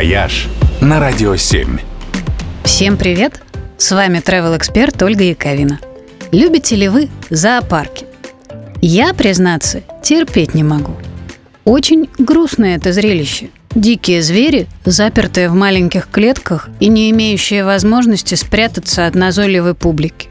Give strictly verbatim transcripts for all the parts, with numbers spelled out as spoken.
«Вояж» на Радио семь. Всем привет! С вами travel-эксперт Ольга Яковина. Любите ли вы зоопарки? Я, признаться, терпеть не могу. Очень грустное это зрелище. Дикие звери, запертые в маленьких клетках и не имеющие возможности спрятаться от назойливой публики.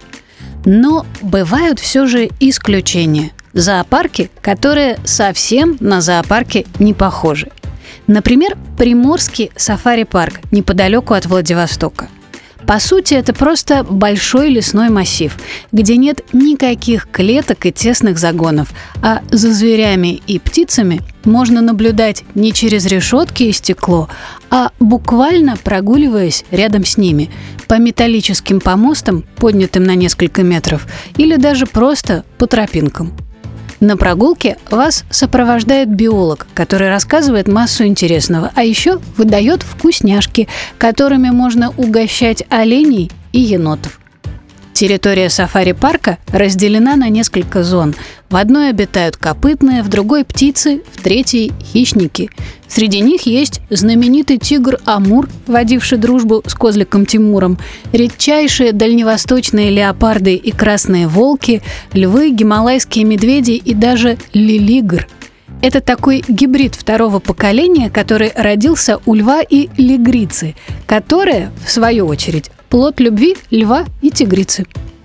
Но бывают все же исключения. Зоопарки, которые совсем на зоопарки не похожи. Например, Приморский сафари-парк неподалеку от Владивостока. По сути, это просто большой лесной массив, где нет никаких клеток и тесных загонов, а за зверями и птицами можно наблюдать не через решетки и стекло, а буквально прогуливаясь рядом с ними по металлическим помостам, поднятым на несколько метров, или даже просто по тропинкам. На прогулке вас сопровождает биолог, который рассказывает массу интересного, а еще выдает вкусняшки, которыми можно угощать оленей и енотов. Территория сафари-парка разделена на несколько зон. В одной обитают копытные, в другой – птицы, в третьей – хищники. Среди них есть знаменитый тигр Амур, водивший дружбу с козликом Тимуром, редчайшие дальневосточные леопарды и красные волки, львы, гималайские медведи и даже лилигр. Это такой гибрид второго поколения, который родился у льва и лигрицы, которые, в свою очередь, плод любви льва и тигрицы.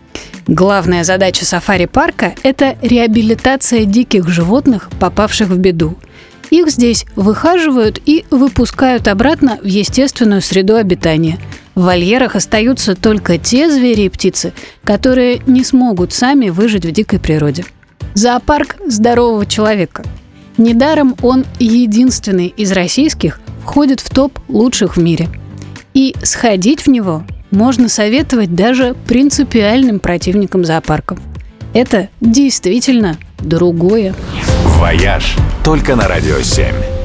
Главная задача сафари-парка – это реабилитация диких животных, попавших в беду. Их здесь выхаживают и выпускают обратно в естественную среду обитания. В вольерах остаются только те звери и птицы, которые не смогут сами выжить в дикой природе. Зоопарк здорового человека. Недаром он единственный из российских входит в топ лучших в мире. И сходить в него можно советовать даже принципиальным противникам зоопарков. Это действительно другое. «Вояж» только на Радио семь.